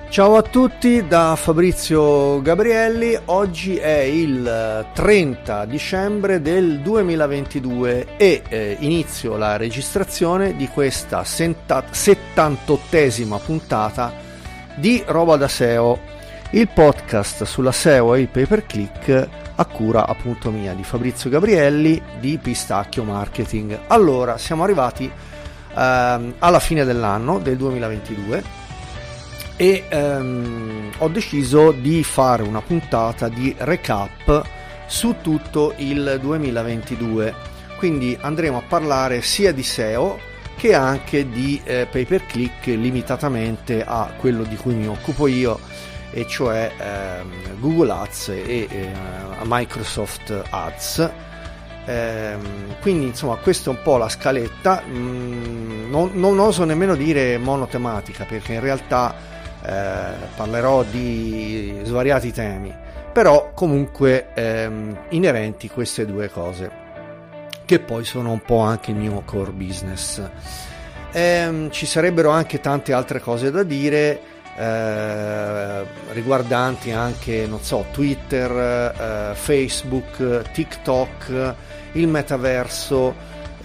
Ciao a tutti da Fabrizio Gabrielli, oggi è il 30 dicembre del 2022 e inizio la registrazione di questa 78esima puntata di Roba da SEO, il podcast sulla SEO e il pay per click a cura appunto mia di Fabrizio Gabrielli di Pistacchio Marketing. Allora, siamo arrivati alla fine dell'anno del 2022 e ho deciso di fare una puntata di recap su tutto il 2022, quindi andremo a parlare sia di SEO che anche di pay per click, limitatamente a quello di cui mi occupo io, e cioè Google Ads e Microsoft Ads. Quindi insomma questa è un po' la scaletta. Non oso nemmeno dire monotematica, perché in realtà parlerò di svariati temi, però comunque inerenti queste due cose, che poi sono un po' anche il mio core business. Ci sarebbero anche tante altre cose da dire riguardanti anche, non so, Twitter, Facebook, TikTok, il metaverso,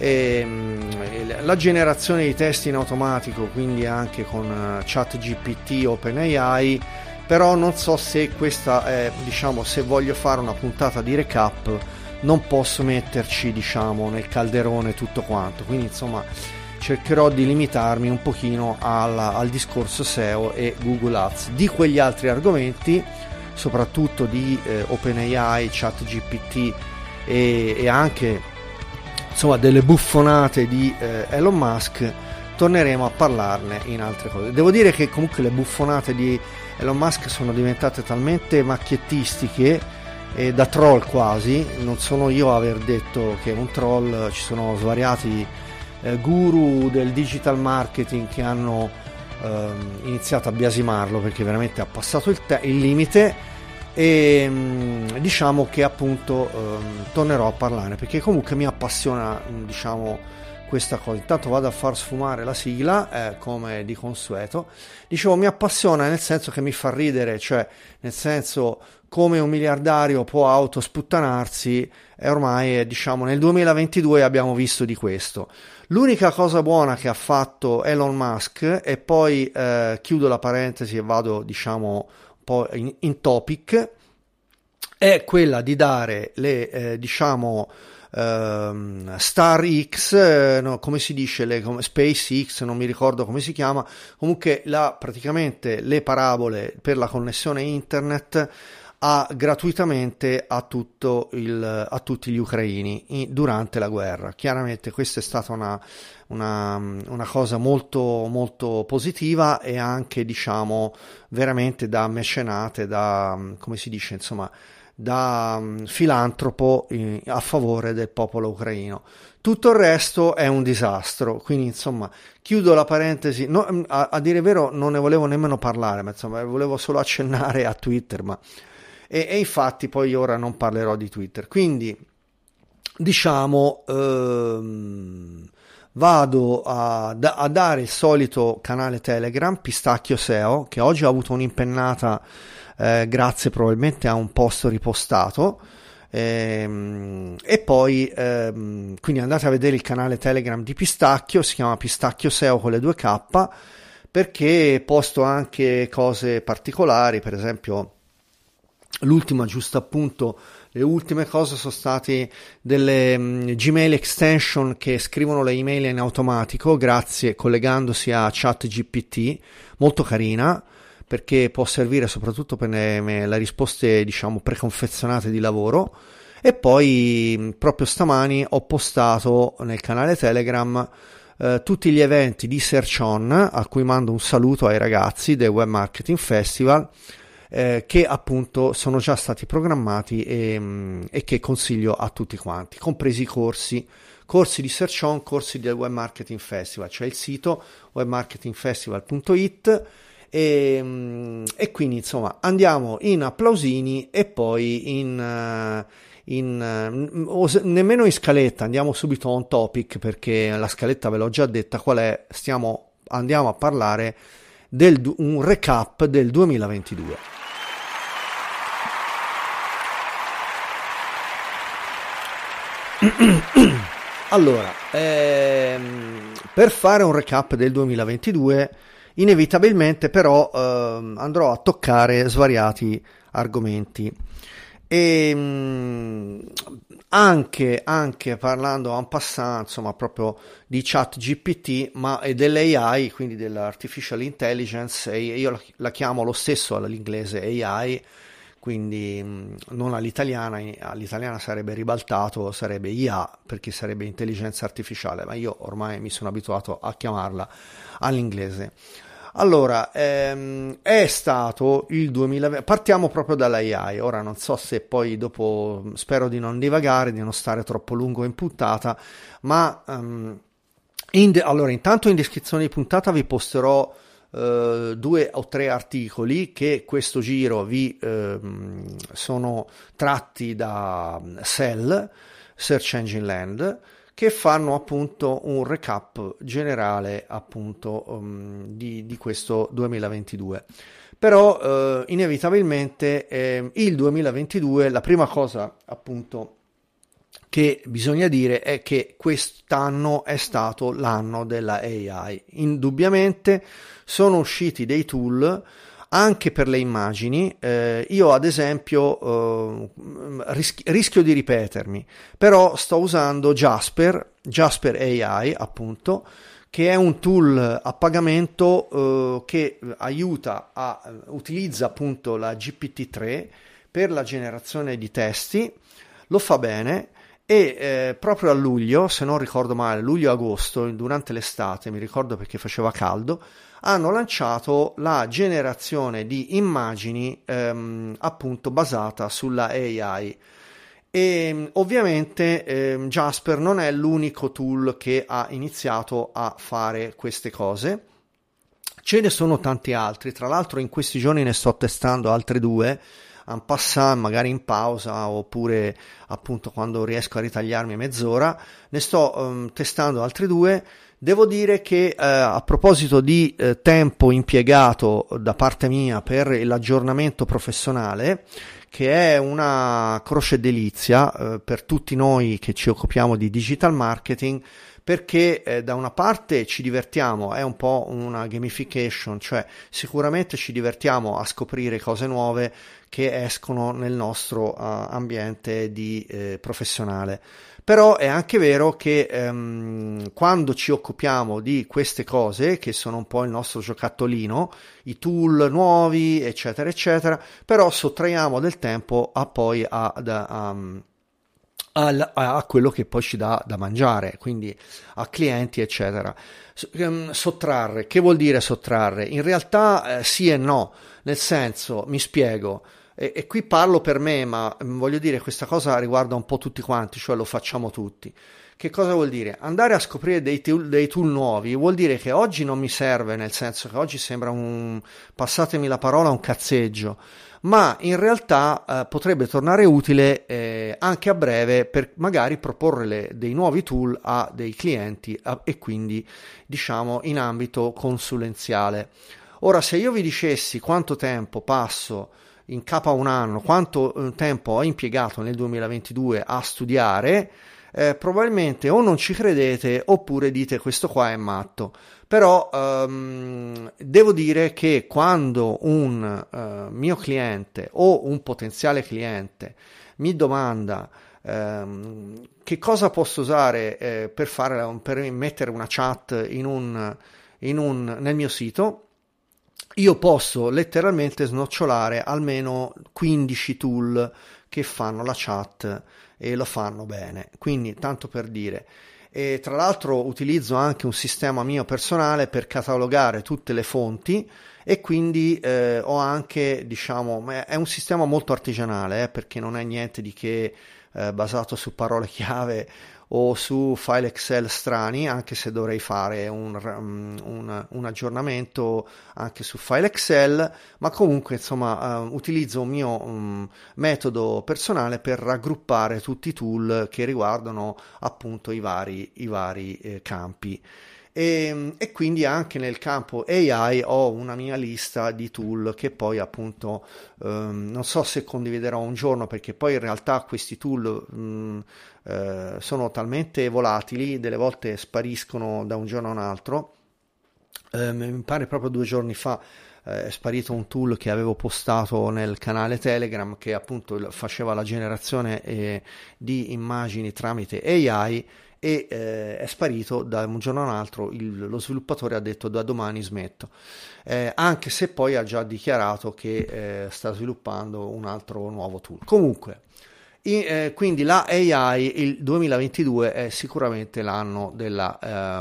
la generazione di testi in automatico, quindi anche con ChatGPT, OpenAI. Però non so se questa è, diciamo, se voglio fare una puntata di recap non posso metterci, diciamo, nel calderone tutto quanto, quindi insomma cercherò di limitarmi un pochino al discorso SEO e Google Ads. Di quegli altri argomenti, soprattutto di OpenAI, ChatGPT e anche insomma delle buffonate di Elon Musk, torneremo a parlarne in altre cose. Devo dire che comunque le buffonate di Elon Musk sono diventate talmente macchiettistiche e da troll quasi. Non sono io a aver detto che è un troll, ci sono svariati guru del digital marketing che hanno iniziato a biasimarlo, perché veramente ha passato il limite. E diciamo che appunto tornerò a parlare, perché comunque mi appassiona, diciamo, questa cosa. Intanto vado a far sfumare la sigla, come di consueto. Dicevo, mi appassiona nel senso che mi fa ridere, cioè nel senso, come un miliardario può autosputtanarsi, e ormai diciamo nel 2022 abbiamo visto di questo. L'unica cosa buona che ha fatto Elon Musk, e poi chiudo la parentesi e vado, diciamo, po' in topic, è quella di dare le diciamo Star X, no, come si dice, come SpaceX, non mi ricordo come si chiama, comunque praticamente le parabole per la connessione internet gratuitamente a tutti gli ucraini durante la guerra. Chiaramente questa è stata una cosa molto molto positiva, e anche, diciamo, veramente da mecenate, da, come si dice, insomma, da filantropo a favore del popolo ucraino. Tutto il resto è un disastro, quindi insomma chiudo la parentesi. No, a dire il vero non ne volevo nemmeno parlare, ma insomma volevo solo accennare a Twitter, ma e infatti poi ora non parlerò di Twitter. Quindi diciamo vado a dare il solito canale Telegram, Pistacchio SEO, che oggi ho avuto un'impennata grazie probabilmente a un post ripostato, e poi quindi andate a vedere il canale Telegram di Pistacchio, si chiama Pistacchio SEO con le 2K, perché posto anche cose particolari. Per esempio, l'ultima, giusto appunto, le ultime cose sono state delle Gmail extension che scrivono le email in automatico, grazie, collegandosi a ChatGPT, molto carina, perché può servire soprattutto per le risposte, diciamo, preconfezionate di lavoro. E poi proprio stamani ho postato nel canale Telegram tutti gli eventi di Search On, a cui mando un saluto ai ragazzi del Web Marketing Festival, che appunto sono già stati programmati e che consiglio a tutti quanti, compresi i corsi di Search On, corsi del Web Marketing Festival, cioè il sito webmarketingfestival.it. E quindi insomma andiamo in applausini e poi nemmeno in scaletta, andiamo subito on topic, perché la scaletta ve l'ho già detta qual è. Andiamo a parlare un recap del 2022. Allora, per fare un recap del 2022, inevitabilmente però andrò a toccare svariati argomenti e anche parlando en passant, insomma, proprio di ChatGPT, ma e dell'AI, quindi dell'artificial intelligence, e io la chiamo lo stesso all'inglese AI, quindi non all'italiana sarebbe ribaltato, sarebbe IA, perché sarebbe intelligenza artificiale, ma io ormai mi sono abituato a chiamarla all'inglese. Allora, è stato il 2020, partiamo proprio dall'AI. Ora non so se poi dopo, spero di non divagare, di non stare troppo lungo in puntata, ma allora intanto in descrizione di puntata vi posterò 2 o 3 articoli che questo giro vi sono tratti da Search Engine Land, che fanno appunto un recap generale appunto di questo 2022. Però inevitabilmente il 2022, la prima cosa appunto che bisogna dire è che quest'anno è stato l'anno della AI. Indubbiamente sono usciti dei tool anche per le immagini. Io ad esempio rischio di ripetermi, però sto usando Jasper AI appunto, che è un tool a pagamento che utilizza appunto la GPT-3 per la generazione di testi, lo fa bene. E proprio a luglio, se non ricordo male, luglio-agosto, durante l'estate, mi ricordo perché faceva caldo, hanno lanciato la generazione di immagini appunto basata sulla AI. E ovviamente Jasper non è l'unico tool che ha iniziato a fare queste cose. Ce ne sono tanti altri, tra l'altro in questi giorni ne sto testando altre 2, en passant, magari in pausa, oppure appunto quando riesco a ritagliarmi mezz'ora, ne sto testando altre 2. Devo dire che a proposito di tempo impiegato da parte mia per l'aggiornamento professionale, che è una croce delizia per tutti noi che ci occupiamo di digital marketing, perché da una parte ci divertiamo, è un po' una gamification, cioè sicuramente ci divertiamo a scoprire cose nuove che escono nel nostro ambiente di professionale. Però è anche vero che quando ci occupiamo di queste cose, che sono un po' il nostro giocattolino, i tool nuovi, eccetera, eccetera, però sottraiamo del tempo a quello che poi ci dà da mangiare, quindi a clienti, eccetera. Sottrarre, che vuol dire sottrarre? In realtà sì e no, nel senso, mi spiego, e qui parlo per me, ma voglio dire, questa cosa riguarda un po' tutti quanti, cioè lo facciamo tutti. Che cosa vuol dire? Andare a scoprire dei tool nuovi vuol dire che oggi non mi serve, nel senso che oggi sembra passatemi la parola, un cazzeggio, ma in realtà potrebbe tornare utile anche a breve per magari proporre dei nuovi tool a dei clienti e quindi diciamo in ambito consulenziale. Ora, se io vi dicessi quanto tempo passo in capo a un anno, quanto tempo ho impiegato nel 2022 a studiare, probabilmente o non ci credete oppure dite questo qua è matto. Però devo dire che quando un mio cliente o un potenziale cliente mi domanda che cosa posso usare per mettere una chat nel mio sito, io posso letteralmente snocciolare almeno 15 tool che fanno la chat e lo fanno bene, quindi tanto per dire. E tra l'altro utilizzo anche un sistema mio personale per catalogare tutte le fonti e quindi ho anche, diciamo, è un sistema molto artigianale perché non è niente di che basato su parole chiave o su file Excel strani, anche se dovrei fare un aggiornamento anche su file Excel, ma comunque insomma utilizzo un mio metodo personale per raggruppare tutti i tool che riguardano appunto i vari campi. e quindi anche nel campo AI ho una mia lista di tool che poi appunto non so se condividerò un giorno, perché poi in realtà questi tool sono talmente volatili, delle volte spariscono da un giorno a un altro. Mi pare proprio 2 giorni fa è sparito un tool che avevo postato nel canale Telegram, che appunto faceva la generazione di immagini tramite AI, e è sparito da un giorno a un altro. Lo sviluppatore ha detto: da domani smetto, anche se poi ha già dichiarato che sta sviluppando un altro nuovo tool. Comunque, quindi la AI, il 2022 è sicuramente l'anno della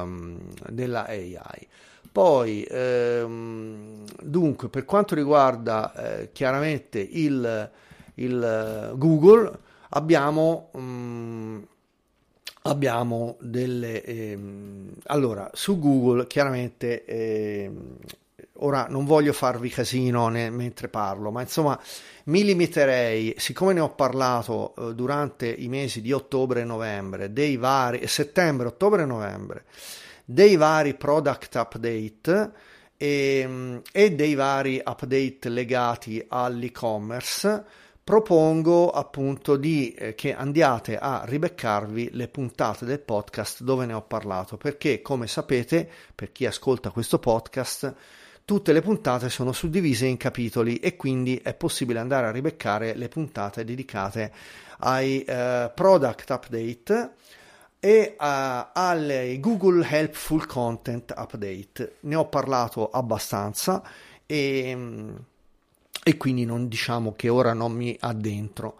AI. Poi, dunque, per quanto riguarda chiaramente il Google, abbiamo delle... allora, su Google, chiaramente, ora non voglio farvi casino mentre parlo, ma insomma mi limiterei, siccome ne ho parlato durante i mesi di ottobre e novembre, settembre, ottobre e novembre, dei vari product update e dei vari update legati all'e-commerce, propongo appunto che andiate a ribeccarvi le puntate del podcast dove ne ho parlato, perché come sapete, per chi ascolta questo podcast, tutte le puntate sono suddivise in capitoli e quindi è possibile andare a ribeccare le puntate dedicate ai product update e alle Google Helpful Content Update. Ne ho parlato abbastanza e quindi non diciamo che ora non mi addentro.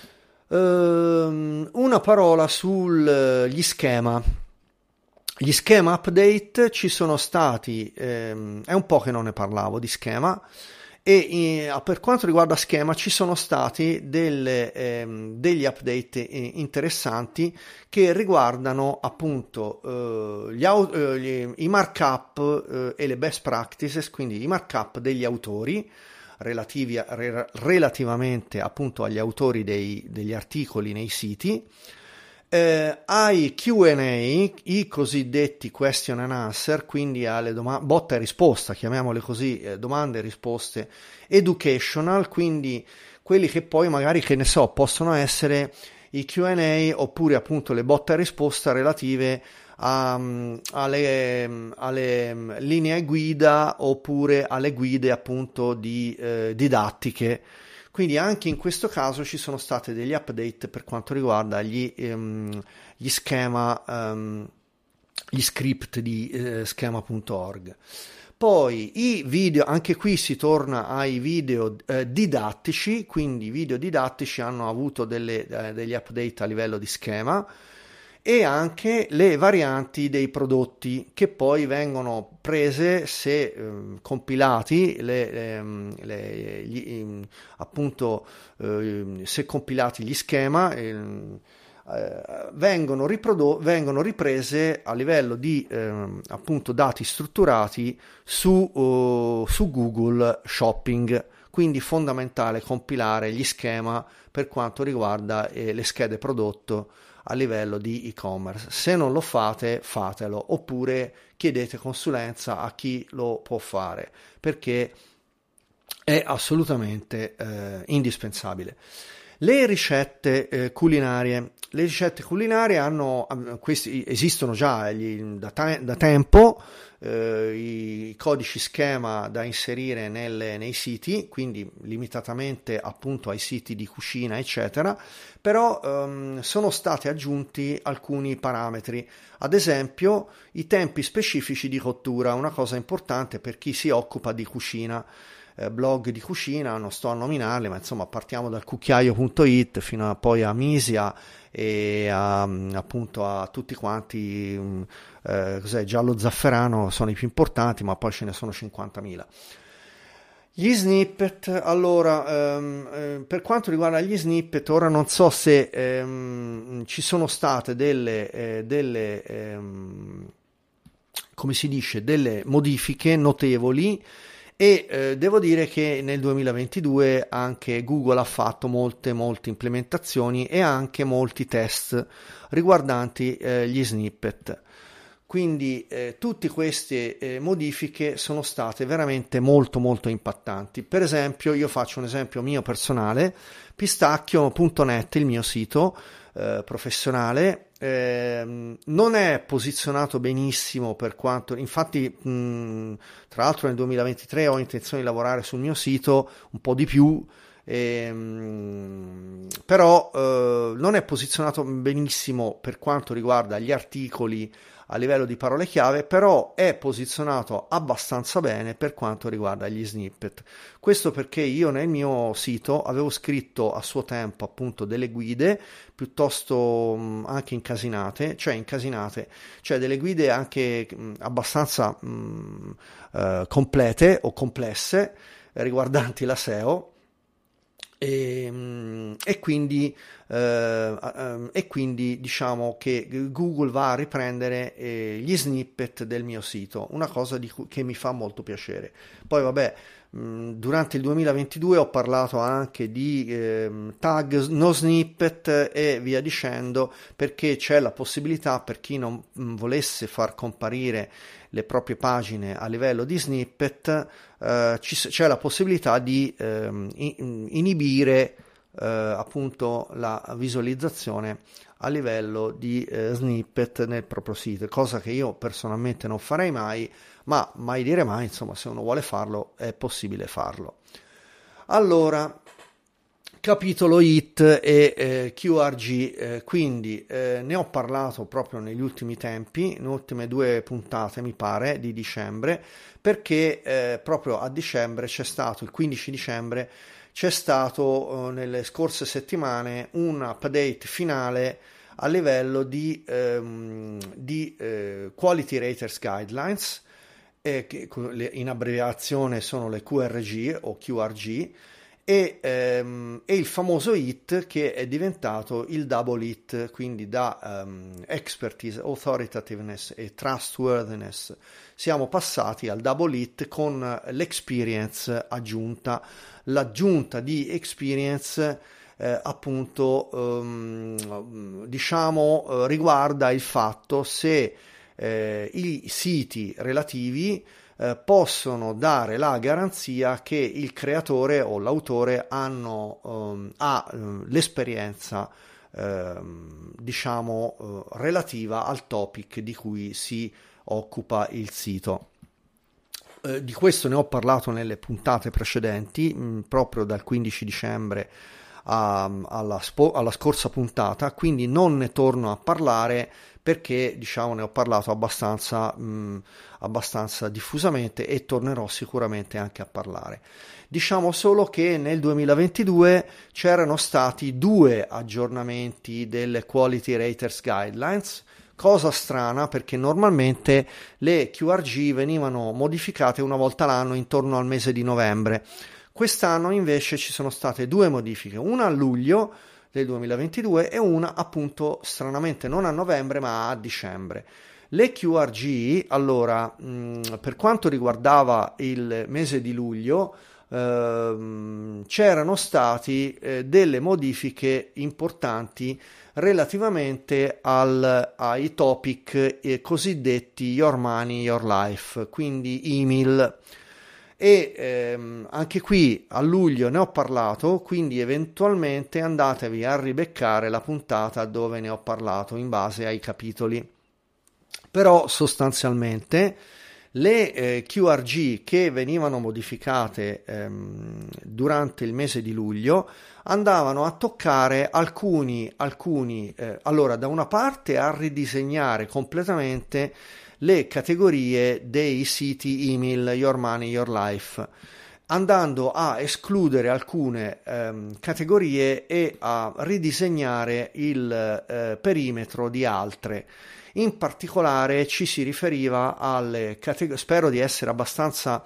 Una parola sugli schema. Gli schema update ci sono stati, è un po' che non ne parlavo di schema, e per quanto riguarda schema ci sono stati degli update interessanti che riguardano appunto i markup e le best practices, quindi i markup degli autori relativamente appunto agli autori degli articoli nei siti, ai Q&A, i cosiddetti question and answer, quindi alle botta e risposta, chiamiamole così, domande e risposte educational, quindi quelli che poi magari, che ne so, possono essere i Q&A oppure appunto le botta e risposta relative alle linee guida oppure alle guide appunto didattiche. Quindi anche in questo caso ci sono state degli update per quanto riguarda gli schema, gli script di schema.org. Poi i video, anche qui si torna ai video didattici, quindi i video didattici hanno avuto degli update a livello di schema, e anche le varianti dei prodotti che poi vengono prese se compilati, appunto se compilati gli schema, vengono riprese a livello di appunto dati strutturati su Google Shopping. Quindi fondamentale compilare gli schema per quanto riguarda le schede prodotto a livello di e-commerce. Se non lo fate, fatelo, oppure chiedete consulenza a chi lo può fare, perché è assolutamente indispensabile. Le ricette culinarie. Le ricette culinarie esistono già da tempo, i codici schema da inserire nei siti, quindi limitatamente appunto ai siti di cucina eccetera, però sono stati aggiunti alcuni parametri, ad esempio i tempi specifici di cottura, una cosa importante per chi si occupa di cucina. Blog di cucina, non sto a nominarli, ma insomma partiamo dal cucchiaio.it fino poi a Misia e appunto a tutti quanti, giallo zafferano sono i più importanti, ma poi ce ne sono 50.000. Gli snippet, allora, per quanto riguarda gli snippet, ora non so se ci sono state come si dice, delle modifiche notevoli, e devo dire che nel 2022 anche Google ha fatto molte implementazioni e anche molti test riguardanti gli snippet. Quindi tutte queste modifiche sono state veramente molto molto impattanti. Per esempio, io faccio un esempio mio personale: pistacchio.net, il mio sito professionale, non è posizionato benissimo per quanto, infatti tra l'altro nel 2023 ho intenzione di lavorare sul mio sito un po' di più, però non è posizionato benissimo per quanto riguarda gli articoli a livello di parole chiave, però è posizionato abbastanza bene per quanto riguarda gli snippet. Questo perché io nel mio sito avevo scritto a suo tempo appunto delle guide piuttosto anche incasinate, cioè delle guide anche abbastanza complete o complesse riguardanti la SEO. E quindi diciamo che Google va a riprendere gli snippet del mio sito, una cosa che mi fa molto piacere. Poi vabbè, durante il 2022 ho parlato anche di tag no snippet e via dicendo, perché c'è la possibilità, per chi non volesse far comparire le proprie pagine a livello di snippet, c'è la possibilità di inibire appunto la visualizzazione a livello di snippet nel proprio sito, cosa che io personalmente non farei mai, ma mai dire mai, insomma, se uno vuole farlo è possibile farlo. Allora, capitolo hit e QRG, quindi ne ho parlato proprio negli ultimi tempi, nelle ultime 2 puntate mi pare di dicembre, perché proprio a dicembre c'è stato, il 15 dicembre, c'è stato nelle scorse settimane un update finale a livello di Quality Raters Guidelines, che in abbreviazione sono le QRG o QRG, e il famoso hit che è diventato il double hit, quindi da expertise, authoritativeness e trustworthiness siamo passati al double hit con l'experience aggiunta. L'aggiunta di experience appunto diciamo riguarda il fatto se i siti relativi possono dare la garanzia che il creatore o l'autore ha l'esperienza diciamo relativa al topic di cui si occupa il sito. Di questo ne ho parlato nelle puntate precedenti, proprio dal 15 dicembre alla scorsa puntata, quindi non ne torno a parlare perché diciamo ne ho parlato abbastanza diffusamente e tornerò sicuramente anche a parlare. Diciamo solo che nel 2022 c'erano stati 2 aggiornamenti delle Quality Raters Guidelines, cosa strana perché normalmente le QRG venivano modificate una volta l'anno intorno al mese di novembre. Quest'anno invece ci sono state 2 modifiche, una a luglio del 2022 e una appunto stranamente non a novembre ma a dicembre. Le QRG allora per quanto riguardava il mese di luglio c'erano stati delle modifiche importanti relativamente ai topic cosiddetti Your Money, Your Life, quindi email. E anche qui a luglio ne ho parlato, quindi eventualmente andatevi a ribeccare la puntata dove ne ho parlato in base ai capitoli. Però sostanzialmente le QRG che venivano modificate durante il mese di luglio andavano a toccare alcuni allora da una parte a ridisegnare completamente le categorie dei siti email Your Money, Your Life, andando a escludere alcune categorie e a ridisegnare il perimetro di altre. In particolare ci si riferiva alle categorie, spero di essere abbastanza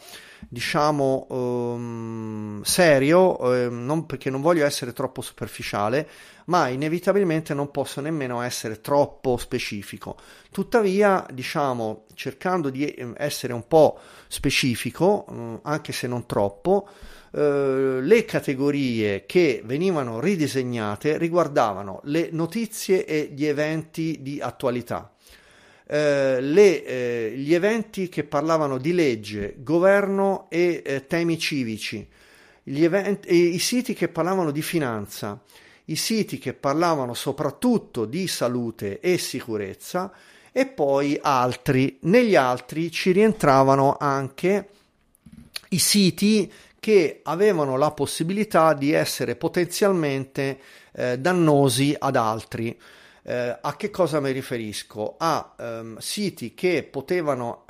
diciamo serio, non perché non voglio essere troppo superficiale, ma inevitabilmente non posso nemmeno essere troppo specifico. Tuttavia, diciamo, cercando di essere un po' specifico, anche se non troppo, le categorie che venivano ridisegnate riguardavano le notizie e gli eventi di attualità. gli eventi che parlavano di legge, governo e temi civici, i siti che parlavano di finanza, i siti che parlavano soprattutto di salute e sicurezza, e poi altri. Negli altri ci rientravano anche i siti che avevano la possibilità di essere potenzialmente dannosi ad altri. A che cosa mi riferisco? A siti che potevano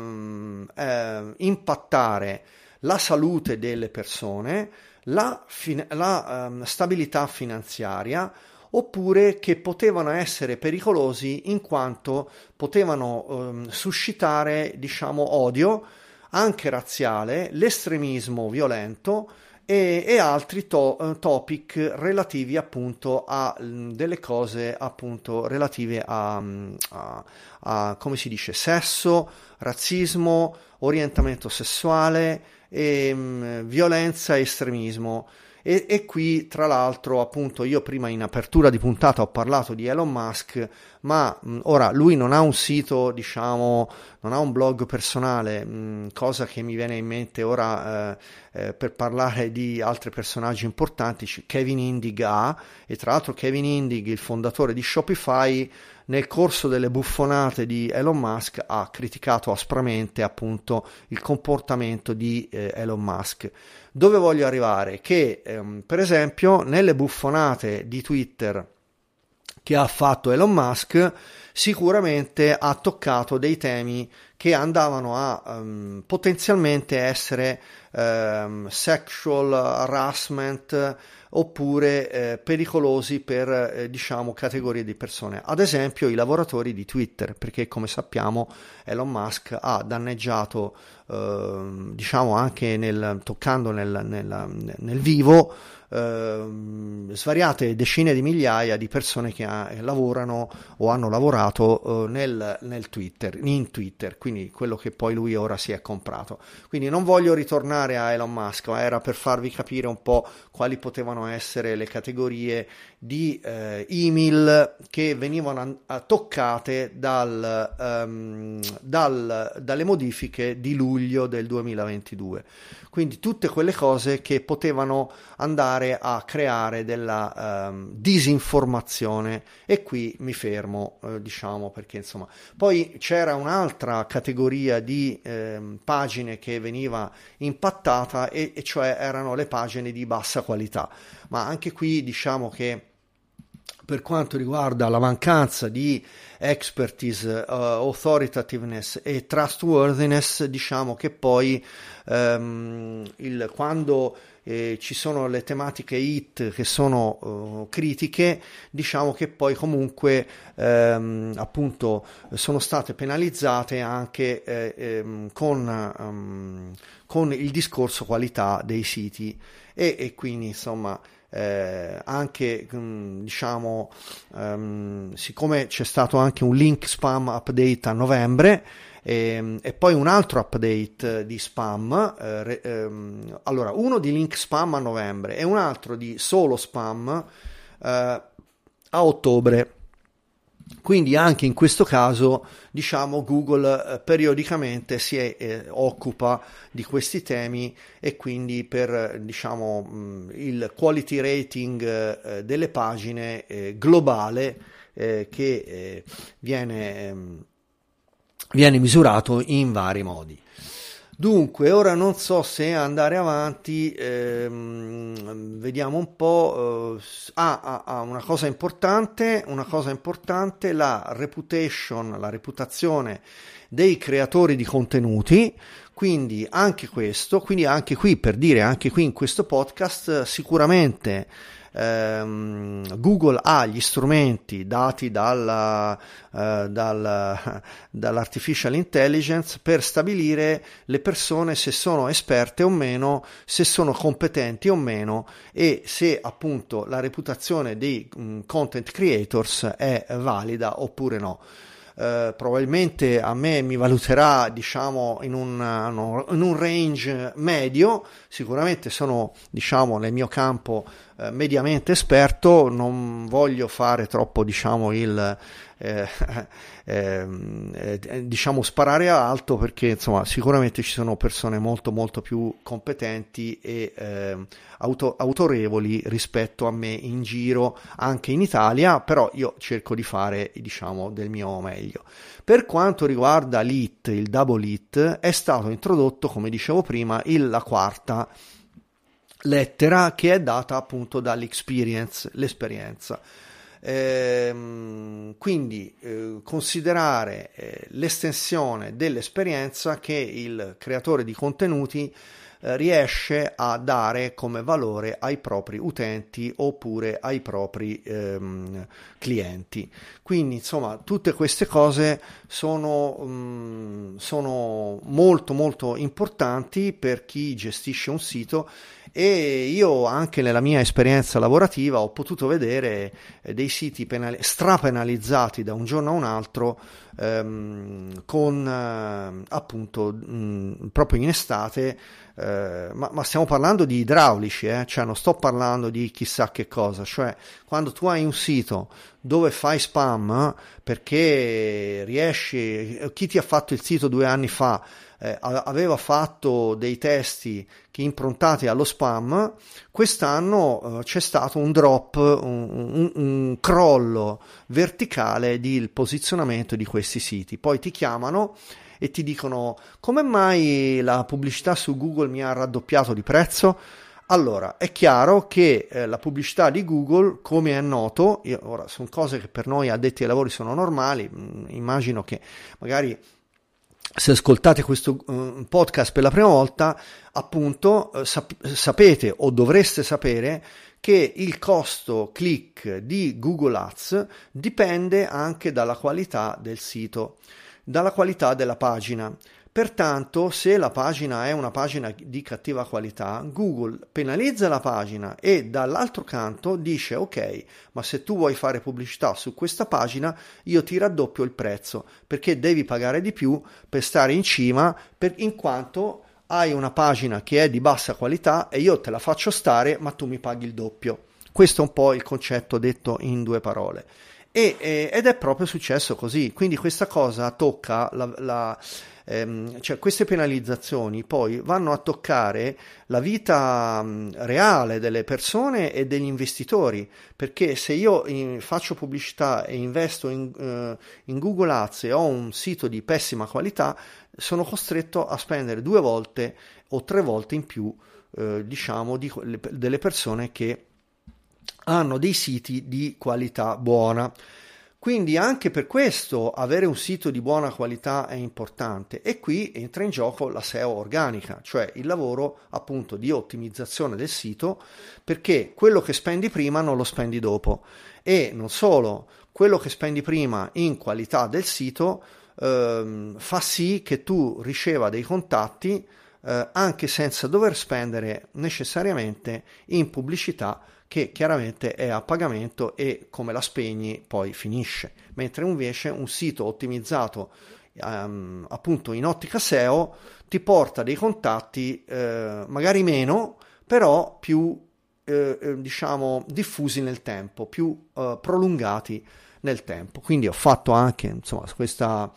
impattare la salute delle persone, la stabilità finanziaria, oppure che potevano essere pericolosi in quanto potevano suscitare, diciamo, odio anche razziale, l'estremismo violento e altri topic relativi appunto a delle cose appunto relative a come si dice, sesso, razzismo, orientamento sessuale, violenza e estremismo. E qui tra l'altro appunto io prima in apertura di puntata ho parlato di Elon Musk, ma ora lui non ha un sito, diciamo, non ha un blog personale, cosa che mi viene in mente ora per parlare di altri personaggi importanti. Kevin Indig ha, e tra l'altro Kevin Indig, il fondatore di Shopify, nel corso delle buffonate di Elon Musk ha criticato aspramente appunto il comportamento di Elon Musk. Dove voglio arrivare? Che per esempio nelle buffonate di Twitter che ha fatto Elon Musk sicuramente ha toccato dei temi che andavano a potenzialmente essere sexual harassment oppure pericolosi per diciamo categorie di persone, ad esempio i lavoratori di Twitter, perché come sappiamo Elon Musk ha danneggiato diciamo anche toccando nel vivo svariate decine di migliaia di persone che lavorano o hanno lavorato in Twitter, quindi quello che poi lui ora si è comprato. Quindi non voglio ritornare a Elon Musk, ma era per farvi capire un po' quali potevano essere le categorie di email che venivano toccate dalle modifiche di luglio del 2022. Quindi tutte quelle cose che potevano andare a creare della disinformazione, e qui mi fermo, diciamo, perché insomma poi c'era un'altra categoria di pagine che veniva impattata e cioè erano le pagine di bassa qualità, ma anche qui diciamo che per quanto riguarda la mancanza di expertise, authoritativeness e trustworthiness, diciamo che poi quando ci sono le tematiche hit che sono critiche, diciamo che poi comunque appunto sono state penalizzate anche con il discorso qualità dei siti e quindi insomma anche diciamo siccome c'è stato anche un link spam update a novembre e poi un altro update di spam, allora uno di link spam a novembre e un altro di solo spam a ottobre. Quindi anche in questo caso diciamo Google periodicamente si occupa di questi temi e quindi per diciamo il quality rating delle pagine globale che viene misurato in vari modi. Dunque, ora non so se andare avanti, vediamo un po'. Una cosa importante, la reputazione dei creatori di contenuti, quindi anche questo, quindi anche qui per dire, anche qui in questo podcast sicuramente Google ha gli strumenti dati dall'artificial intelligence per stabilire le persone se sono esperte o meno, se sono competenti o meno e se appunto la reputazione dei content creators è valida oppure no. Probabilmente a me mi valuterà diciamo in un range medio, sicuramente sono diciamo nel mio campo mediamente esperto, non voglio fare troppo, diciamo, diciamo sparare a alto, perché insomma sicuramente ci sono persone molto molto più competenti e autorevoli rispetto a me in giro, anche in Italia, però io cerco di fare, diciamo, del mio meglio. Per quanto riguarda l'IT, il double IT, è stato introdotto, come dicevo prima, la quarta lettera, che è data appunto dall'experience, l'esperienza. Quindi considerare l'estensione dell'esperienza che il creatore di contenuti riesce a dare come valore ai propri utenti oppure ai propri clienti. Quindi insomma tutte queste cose sono molto molto importanti per chi gestisce un sito, e io anche nella mia esperienza lavorativa ho potuto vedere dei siti strapenalizzati da un giorno a un altro, con appunto proprio in estate, ma stiamo parlando di idraulici, cioè non sto parlando di chissà che cosa. Cioè quando tu hai un sito dove fai spam perché riesci, chi ti ha fatto il sito 2 anni fa aveva fatto dei testi che improntati allo spam, quest'anno c'è stato un drop, un crollo verticale del posizionamento di questi siti. Poi ti chiamano e ti dicono: come mai la pubblicità su Google mi ha raddoppiato di prezzo? Allora, è chiaro che la pubblicità di Google, come è noto, ora sono cose che per noi addetti ai lavori sono normali, immagino che magari se ascoltate questo podcast per la prima volta, appunto, sapete o dovreste sapere che il costo click di Google Ads dipende anche dalla qualità del sito, dalla qualità della pagina. Pertanto, se la pagina è una pagina di cattiva qualità, Google penalizza la pagina e dall'altro canto dice: ok, ma se tu vuoi fare pubblicità su questa pagina, io ti raddoppio il prezzo, perché devi pagare di più per stare in cima, in quanto hai una pagina che è di bassa qualità e io te la faccio stare, ma tu mi paghi il doppio. Questo è un po' il concetto detto in 2 parole. Ed è proprio successo così. Quindi questa cosa tocca cioè queste penalizzazioni poi vanno a toccare la vita reale delle persone e degli investitori, perché se io faccio pubblicità e investo in Google Ads e ho un sito di pessima qualità, sono costretto a spendere 2 volte o 3 volte in più, diciamo, delle persone che hanno dei siti di qualità buona. Quindi anche per questo avere un sito di buona qualità è importante, e qui entra in gioco la SEO organica, cioè il lavoro appunto di ottimizzazione del sito, perché quello che spendi prima non lo spendi dopo, e non solo, quello che spendi prima in qualità del sito fa sì che tu riceva dei contatti anche senza dover spendere necessariamente in pubblicità, che chiaramente è a pagamento e come la spegni poi finisce, mentre invece un sito ottimizzato appunto in ottica SEO ti porta dei contatti magari meno, però più diciamo diffusi nel tempo, più prolungati nel tempo. Quindi ho fatto anche insomma questa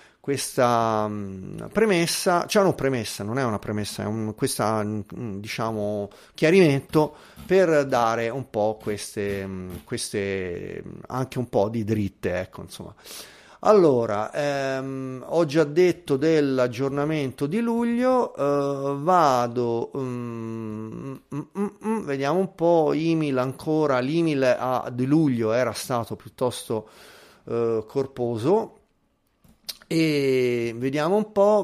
premessa, cioè non premessa, non è una premessa, è questa diciamo chiarimento per dare un po' queste anche un po' di dritte, ecco, insomma. Allora, ho già detto dell'aggiornamento di luglio, vado, vediamo un po', email ancora, l'email di luglio era stato piuttosto corposo. E vediamo un po'.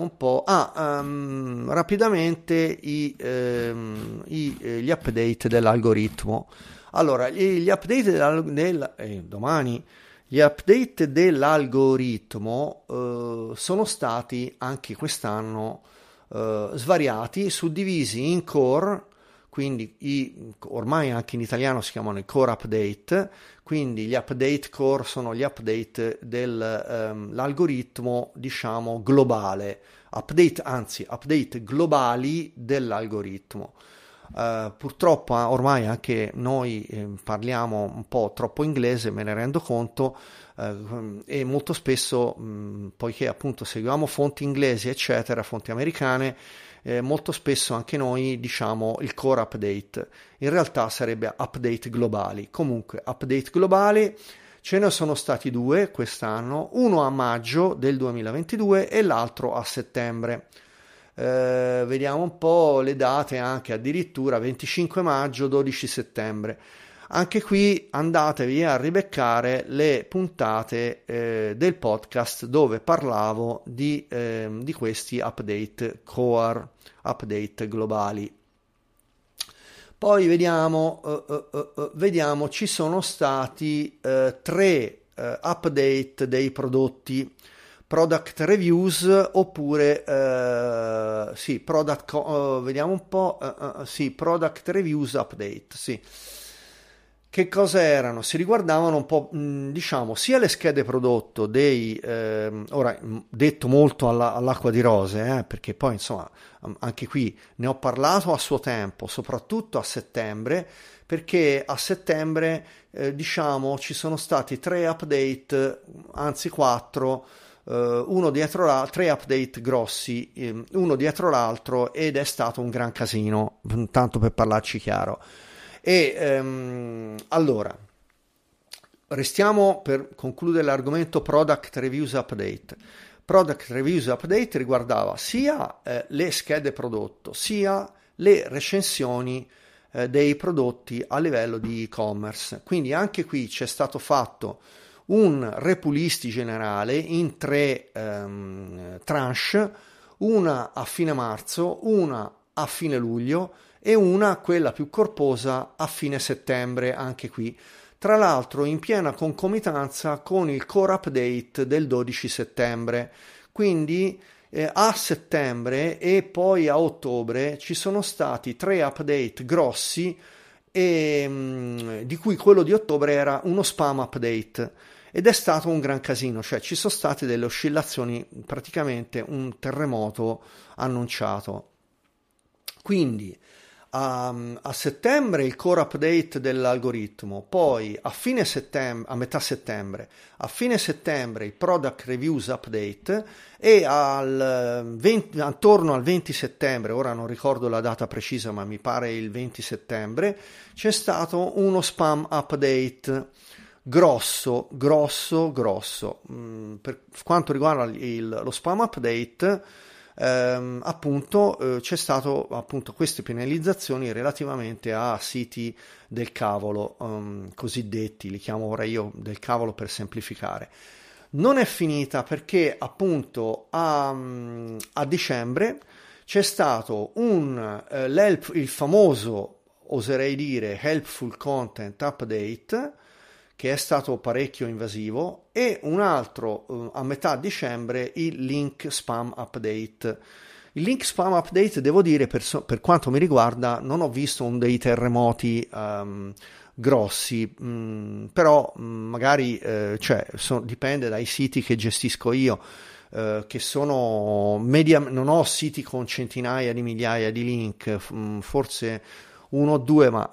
Rapidamente gli update dell'algoritmo. Allora, gli update domani gli update dell'algoritmo sono stati anche quest'anno svariati, suddivisi in core. Quindi ormai anche in italiano si chiamano i core update, quindi gli update core sono gli update dell'algoritmo, diciamo, globale, update globali dell'algoritmo. Purtroppo ormai anche noi parliamo un po' troppo inglese, me ne rendo conto, e molto spesso, poiché appunto seguiamo fonti inglesi, eccetera, fonti americane, molto spesso anche noi diciamo il core update. In realtà sarebbe update globali. Comunque, update globali ce ne sono stati due quest'anno, uno a maggio del 2022 e l'altro a settembre. Vediamo un po' le date, anche addirittura 25 maggio, 12 settembre. Anche qui andatevi a ribeccare le puntate del podcast dove parlavo di questi update core, update globali. Poi vediamo, ci sono stati 3 update dei prodotti, product reviews oppure vediamo un po', product reviews update, sì. Che cosa erano? Si riguardavano un po', diciamo, sia le schede prodotto dei, ora detto molto all'acqua di rose, perché poi insomma anche qui ne ho parlato a suo tempo, soprattutto a settembre, perché a settembre diciamo ci sono stati 3 update, anzi 4, uno dietro l'altro, 3 update grossi, uno dietro l'altro, ed è stato un gran casino, tanto per parlarci chiaro. E allora, restiamo per concludere l'argomento Product Reviews Update. Product Reviews Update riguardava sia le schede prodotto, sia le recensioni dei prodotti a livello di e-commerce. Quindi anche qui c'è stato fatto un repulisti generale in 3 tranche, una a fine marzo, una a fine luglio e una, quella più corposa, a fine settembre, anche qui. Tra l'altro in piena concomitanza con il core update del 12 settembre. Quindi a settembre e poi a ottobre ci sono stati 3 update grossi, di cui quello di ottobre era uno spam update. Ed è stato un gran casino, cioè ci sono state delle oscillazioni, praticamente un terremoto annunciato. Quindi a settembre il core update dell'algoritmo, poi a fine settembre, a metà settembre, a fine settembre il product reviews update, e attorno al 20 settembre, ora non ricordo la data precisa ma mi pare il 20 settembre, c'è stato uno spam update grosso. Per quanto riguarda lo spam update, appunto c'è stato appunto queste penalizzazioni relativamente a siti del cavolo, cosiddetti, li chiamo ora io del cavolo per semplificare. Non è finita, perché appunto a dicembre c'è stato il famoso, oserei dire, helpful content update, che è stato parecchio invasivo, e un altro a metà dicembre, il link spam update. Il link spam update, devo dire, per quanto mi riguarda, non ho visto dei terremoti grossi, però magari dipende dai siti che gestisco io, che sono non ho siti con centinaia di migliaia di link, forse uno o due, ma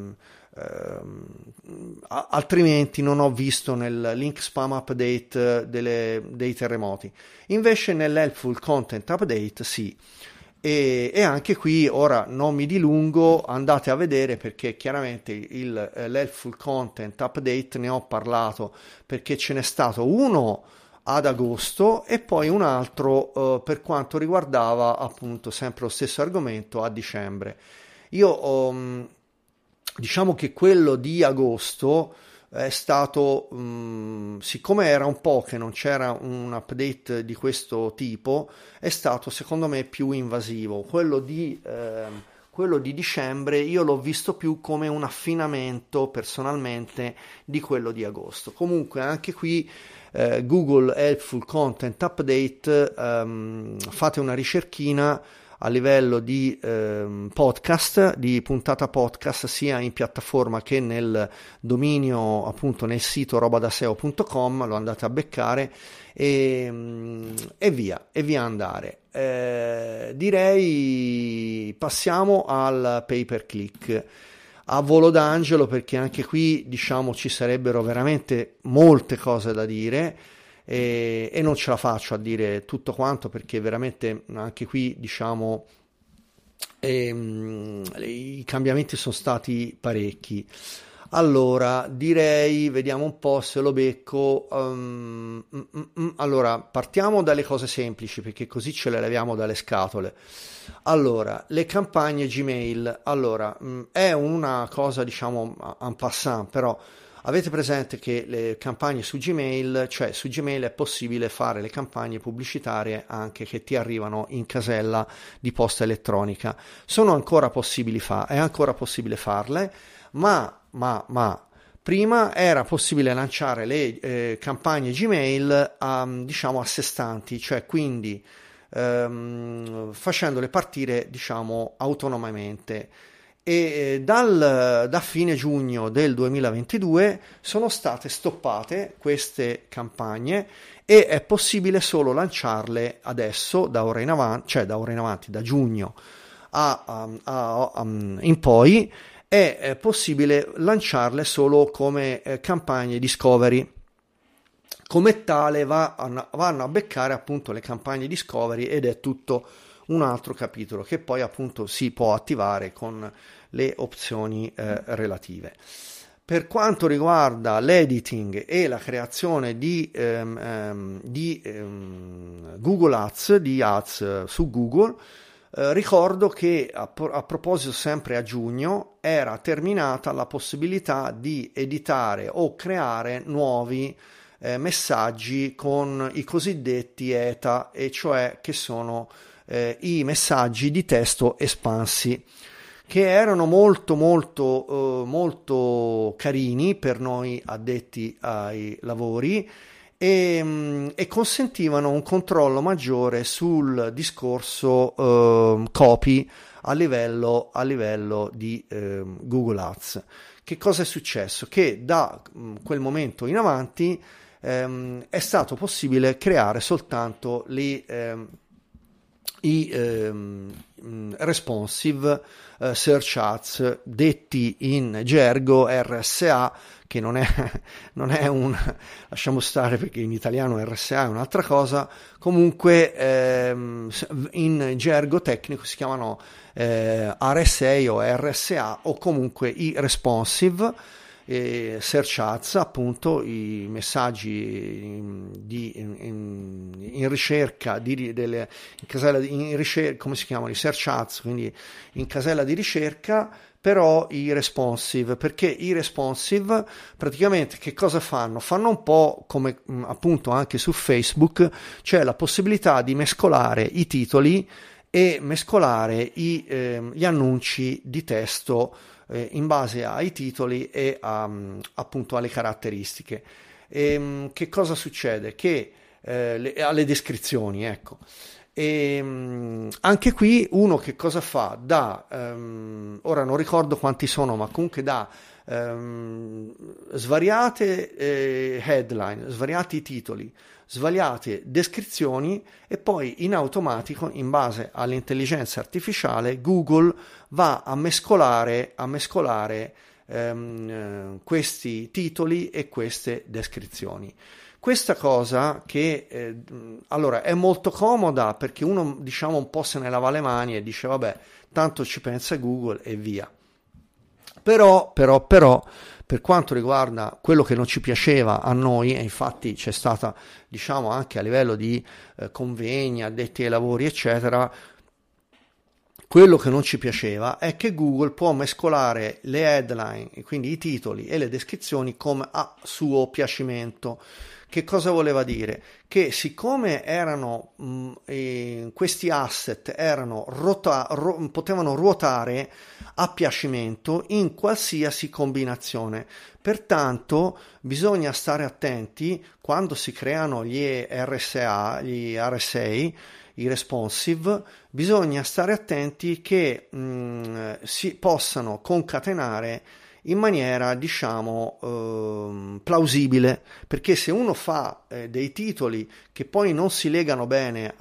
altrimenti non ho visto nel link spam update dei terremoti. Invece nell'helpful content update sì, e anche qui ora non mi dilungo, andate a vedere, perché chiaramente l'helpful content update ne ho parlato, perché ce n'è stato uno ad agosto e poi un altro per quanto riguardava appunto sempre lo stesso argomento a dicembre. Io diciamo che quello di agosto è stato, siccome era un po' che non c'era un update di questo tipo, è stato secondo me più invasivo. Quello di dicembre io l'ho visto più come un affinamento personalmente di quello di agosto. Comunque anche qui Google Helpful Content Update, fate una ricerchina a livello di podcast, di puntata podcast, sia in piattaforma che nel dominio, appunto nel sito robadaseo.com, lo andate a beccare e via andare. direi passiamo al pay per click a volo d'angelo, perché anche qui diciamo ci sarebbero veramente molte cose da dire e non ce la faccio a dire tutto quanto, perché veramente anche qui diciamo i cambiamenti sono stati parecchi. Allora, direi, vediamo un po' se lo becco. Allora, partiamo dalle cose semplici, perché così ce le leviamo dalle scatole. Allora, le campagne Gmail. Allora, è una cosa, diciamo, en passant, però avete presente che le campagne su Gmail, cioè su Gmail è possibile fare le campagne pubblicitarie anche che ti arrivano in casella di posta elettronica. Sono ancora possibili è ancora possibile farle, ma prima era possibile lanciare le campagne Gmail diciamo a sé stanti, cioè quindi facendole partire diciamo autonomamente. E da fine giugno del 2022 sono state stoppate queste campagne e è possibile solo lanciarle adesso da ora in avanti, cioè da giugno in poi è possibile lanciarle solo come campagne discovery. Come tale vanno a beccare appunto le campagne discovery ed è tutto un altro capitolo che poi appunto si può attivare con le opzioni relative. Per quanto riguarda l'editing e la creazione di Google Ads, di ads su Google, ricordo che a proposito sempre a giugno era terminata la possibilità di editare o creare nuovi messaggi con i cosiddetti ETA, e cioè che sono i messaggi di testo espansi, che erano molto carini per noi addetti ai lavori e consentivano un controllo maggiore sul discorso copy a livello di Google Ads. Che cosa è successo? Che da quel momento in avanti è stato possibile creare soltanto i responsive search ads, detti in gergo RSA, che non è un, lasciamo stare perché in italiano RSA è un'altra cosa, comunque in gergo tecnico si chiamano RSA o RSA, o comunque i responsive search ads, appunto i messaggi in ricerca in casella in ricerca, come si chiamano i search ads, quindi in casella di ricerca, però i responsive, perché i responsive praticamente che cosa fanno? Fanno un po' come appunto anche su Facebook, c'è la possibilità di mescolare i titoli e mescolare gli annunci di testo in base ai titoli e appunto alle caratteristiche. Che cosa succede? Che alle descrizioni, ecco. Anche qui uno che cosa fa? Ora non ricordo quanti sono, ma comunque dà svariate headline, svariati titoli, svariate descrizioni, e poi in automatico, in base all'intelligenza artificiale, Google va a mescolare questi titoli e queste descrizioni. Questa cosa che allora è molto comoda, perché uno diciamo un po' se ne lava le mani e dice vabbè, tanto ci pensa Google e via. Però per quanto riguarda quello che non ci piaceva a noi, e infatti c'è stata diciamo anche a livello di convegni, addetti ai lavori eccetera, quello che non ci piaceva è che Google può mescolare le headline, quindi i titoli e le descrizioni, come a suo piacimento. Che cosa voleva dire? Che siccome questi asset potevano ruotare a piacimento in qualsiasi combinazione, pertanto bisogna stare attenti quando si creano gli RSA, i responsive, bisogna stare attenti che si possano concatenare in maniera, diciamo, plausibile, perché se uno fa dei titoli che poi non si legano bene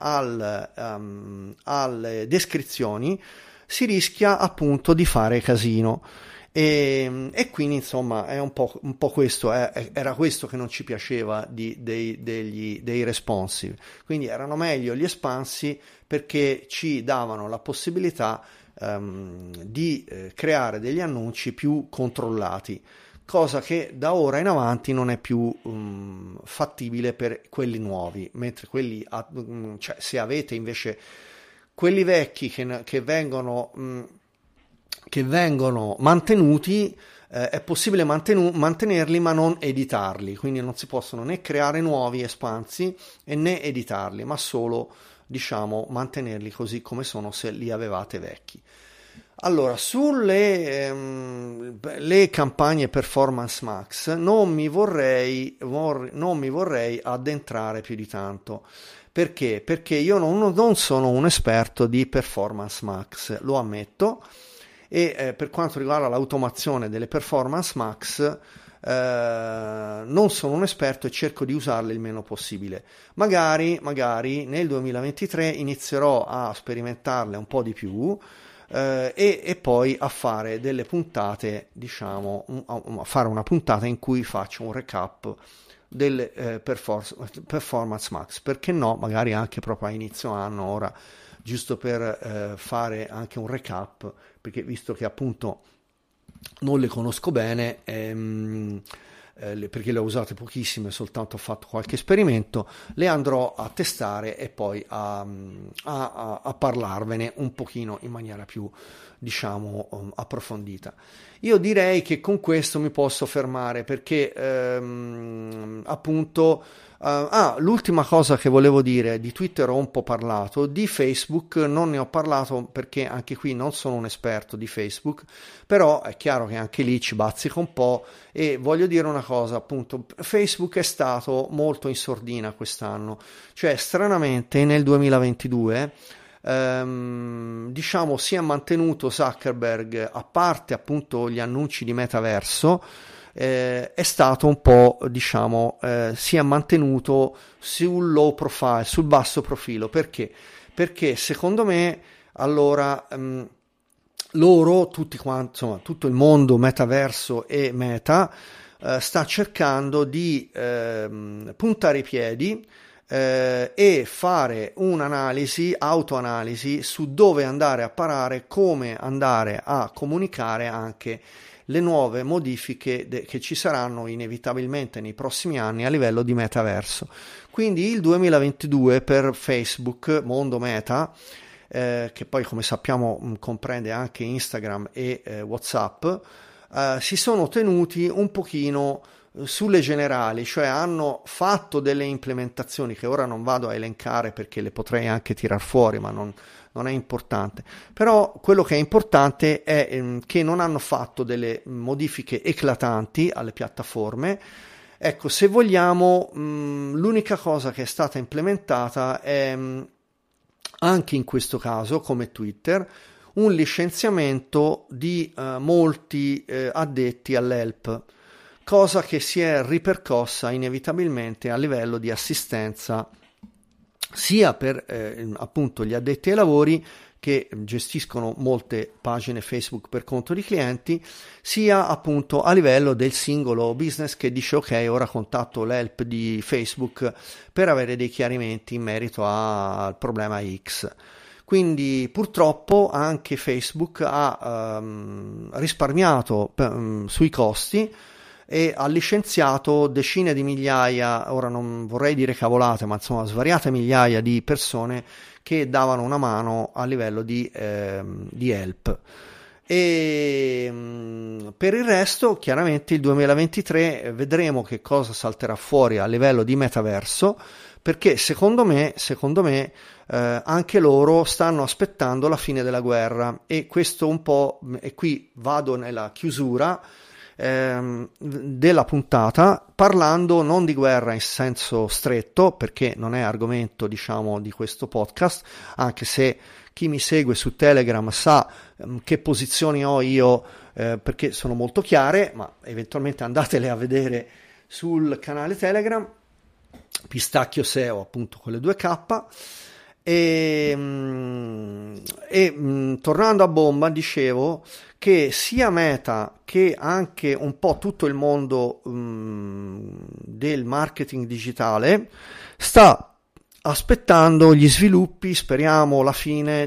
alle descrizioni, si rischia appunto di fare casino. E quindi insomma è un po' questo, era questo che non ci piaceva dei responsive. Quindi erano meglio gli espansi perché ci davano la possibilità di creare degli annunci più controllati, cosa che da ora in avanti non è più fattibile per quelli nuovi, mentre cioè se avete invece quelli vecchi che vengono mantenuti, è possibile mantenerli ma non editarli, quindi non si possono né creare nuovi espansi e né editarli, ma solo, diciamo, mantenerli così come sono se li avevate vecchi. Allora, sulle le campagne Performance Max non mi vorrei addentrare più di tanto. Perché? Perché io non sono un esperto di Performance Max, lo ammetto, e per quanto riguarda l'automazione delle Performance Max non sono un esperto e cerco di usarle il meno possibile. Magari nel 2023 inizierò a sperimentarle un po' di più e poi a fare delle puntate, diciamo, a fare una puntata in cui faccio un recap delle Performance Max, perché no, magari anche proprio a inizio anno, ora giusto per fare anche un recap, perché visto che appunto non le conosco bene, perché le ho usate pochissime, soltanto ho fatto qualche esperimento, le andrò a testare e poi a parlarvene un pochino in maniera più, diciamo, approfondita. Io direi che con questo mi posso fermare, perché appunto l'ultima cosa che volevo dire, di Twitter ho un po' parlato, di Facebook non ne ho parlato perché anche qui non sono un esperto di Facebook, però è chiaro che anche lì ci bazzico un po', e voglio dire una cosa, appunto, Facebook è stato molto in sordina quest'anno, cioè stranamente nel 2022 diciamo si è mantenuto Zuckerberg, a parte appunto gli annunci di metaverso, è stato un po', diciamo, si è mantenuto sul low profile, sul basso profilo. Perché? Perché secondo me allora loro tutti quanti, insomma, tutto il mondo metaverso e meta sta cercando di puntare i piedi e fare un'analisi, autoanalisi su dove andare a parare, come andare a comunicare anche le nuove modifiche che ci saranno inevitabilmente nei prossimi anni a livello di metaverso. Quindi il 2022 per Facebook, mondo meta, che poi come sappiamo comprende anche Instagram e WhatsApp, si sono tenuti un pochino sulle generali, cioè hanno fatto delle implementazioni che ora non vado a elencare perché le potrei anche tirar fuori, ma non è importante. Però quello che è importante è che non hanno fatto delle modifiche eclatanti alle piattaforme. Ecco, se vogliamo, l'unica cosa che è stata implementata è anche in questo caso, come Twitter, un licenziamento di molti addetti all'help, cosa che si è ripercossa inevitabilmente a livello di assistenza sia per appunto gli addetti ai lavori che gestiscono molte pagine Facebook per conto di clienti, sia appunto a livello del singolo business che dice ok, ora contatto l'help di Facebook per avere dei chiarimenti in merito al problema X. Quindi purtroppo anche Facebook ha risparmiato sui costi e ha licenziato decine di migliaia, ora non vorrei dire cavolate, ma insomma svariate migliaia di persone che davano una mano a livello di help. E per il resto chiaramente il 2023 vedremo che cosa salterà fuori a livello di metaverso, perché secondo me anche loro stanno aspettando la fine della guerra, e questo un po', e qui vado nella chiusura, della puntata, parlando non di guerra in senso stretto, perché non è argomento, diciamo, di questo podcast, anche se chi mi segue su Telegram sa che posizioni ho io, perché sono molto chiare, ma eventualmente andatele a vedere sul canale Telegram, Pistacchio SEO, appunto con le 2K. Tornando a bomba, dicevo che sia Meta che anche un po' tutto il mondo del marketing digitale sta aspettando gli sviluppi, speriamo la fine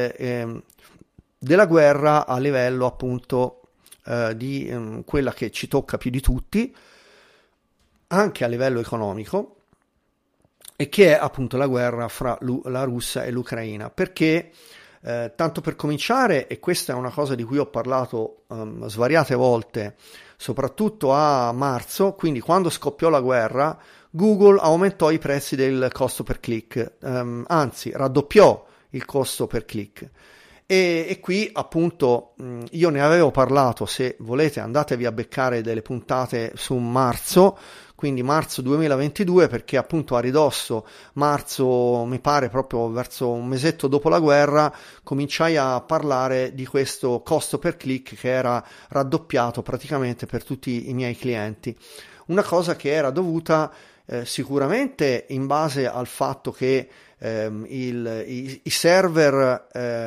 della guerra a livello appunto di quella che ci tocca più di tutti, anche a livello economico, e che è appunto la guerra fra la Russia e l'Ucraina. Perché tanto per cominciare, e questa è una cosa di cui ho parlato svariate volte, soprattutto a marzo, quindi quando scoppiò la guerra, Google aumentò i prezzi del costo per click, anzi raddoppiò il costo per click. E qui appunto io ne avevo parlato, se volete andatevi a beccare delle puntate su marzo, quindi marzo 2022, perché appunto a ridosso, marzo mi pare proprio verso un mesetto dopo la guerra, cominciai a parlare di questo costo per click che era raddoppiato praticamente per tutti i miei clienti. Una cosa che era dovuta sicuramente in base al fatto che i server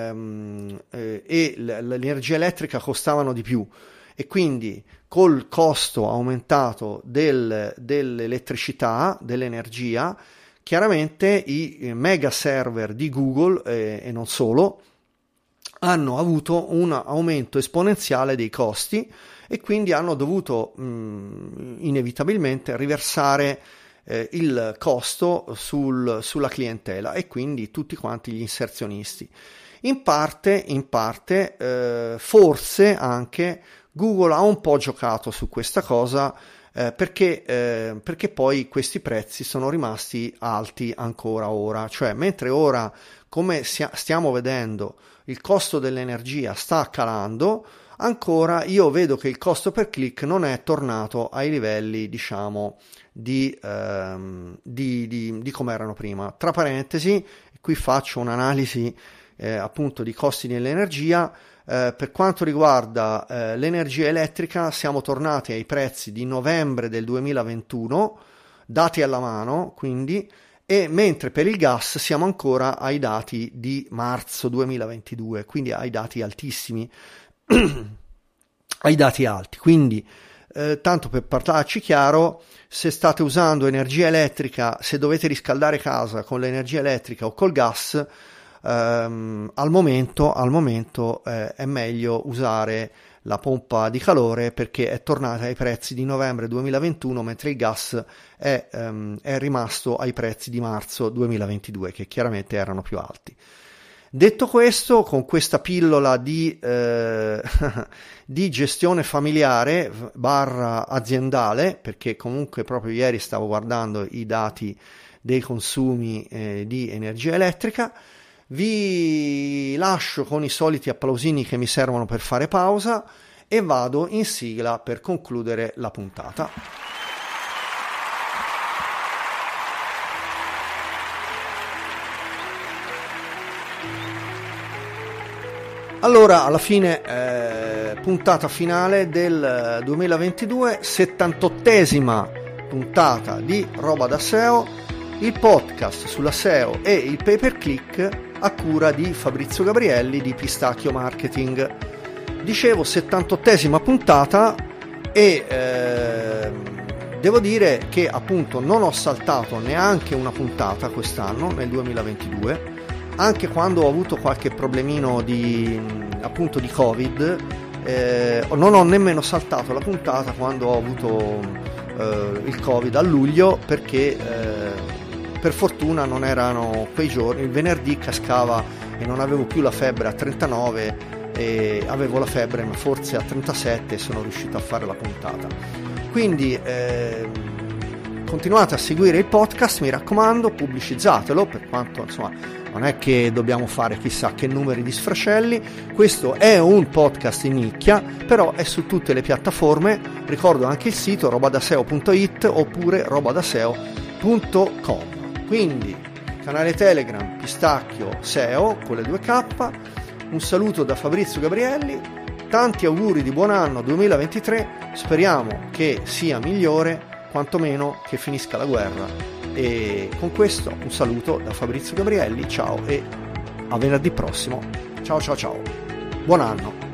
e l'energia elettrica costavano di più, e quindi col costo aumentato dell'elettricità, dell'energia, chiaramente i mega server di Google e non solo hanno avuto un aumento esponenziale dei costi, e quindi hanno dovuto inevitabilmente riversare il costo sulla clientela e quindi tutti quanti gli inserzionisti. In parte forse anche Google ha un po' giocato su questa cosa, perché poi questi prezzi sono rimasti alti ancora ora, cioè mentre ora, come stiamo vedendo, il costo dell'energia sta calando, ancora io vedo che il costo per click non è tornato ai livelli, diciamo, di come erano prima. Tra parentesi, qui faccio un'analisi appunto di costi dell'energia. Per quanto riguarda l'energia elettrica, siamo tornati ai prezzi di novembre del 2021, dati alla mano, quindi, e mentre per il gas siamo ancora ai dati di marzo 2022, quindi ai dati altissimi, ai dati alti. Quindi tanto per parlarci chiaro, se state usando energia elettrica, se dovete riscaldare casa con l'energia elettrica o col gas, al momento è meglio usare la pompa di calore, perché è tornata ai prezzi di novembre 2021, mentre il gas è rimasto ai prezzi di marzo 2022, che chiaramente erano più alti. Detto questo, con questa pillola di gestione familiare / aziendale, perché comunque proprio ieri stavo guardando i dati dei consumi di energia elettrica, vi lascio con i soliti applausini che mi servono per fare pausa e vado in sigla per concludere la puntata. Allora, alla fine, puntata finale del 2022, 78esima puntata di Roba da SEO, il podcast sulla SEO e il pay per click a cura di Fabrizio Gabrielli di Pistacchio Marketing. Dicevo 78esima puntata e devo dire che appunto non ho saltato neanche una puntata quest'anno, nel 2022, anche quando ho avuto qualche problemino di Covid, non ho nemmeno saltato la puntata quando ho avuto il Covid a luglio, perché per fortuna non erano quei giorni, il venerdì cascava e non avevo più la febbre a 39 e avevo la febbre ma forse a 37 e sono riuscito a fare la puntata. Quindi continuate a seguire il podcast, mi raccomando, pubblicizzatelo, per quanto insomma non è che dobbiamo fare chissà che numeri di sfrascelli. Questo è un podcast in nicchia, però è su tutte le piattaforme. Ricordo anche il sito robadaseo.it oppure robadaseo.com. Quindi canale Telegram Pistacchio SEO con le 2K. Un saluto da Fabrizio Gabrielli, tanti auguri di buon anno 2023, speriamo che sia migliore, quantomeno che finisca la guerra. E con questo un saluto da Fabrizio Gabrielli, ciao e a venerdì prossimo, ciao ciao ciao, buon anno.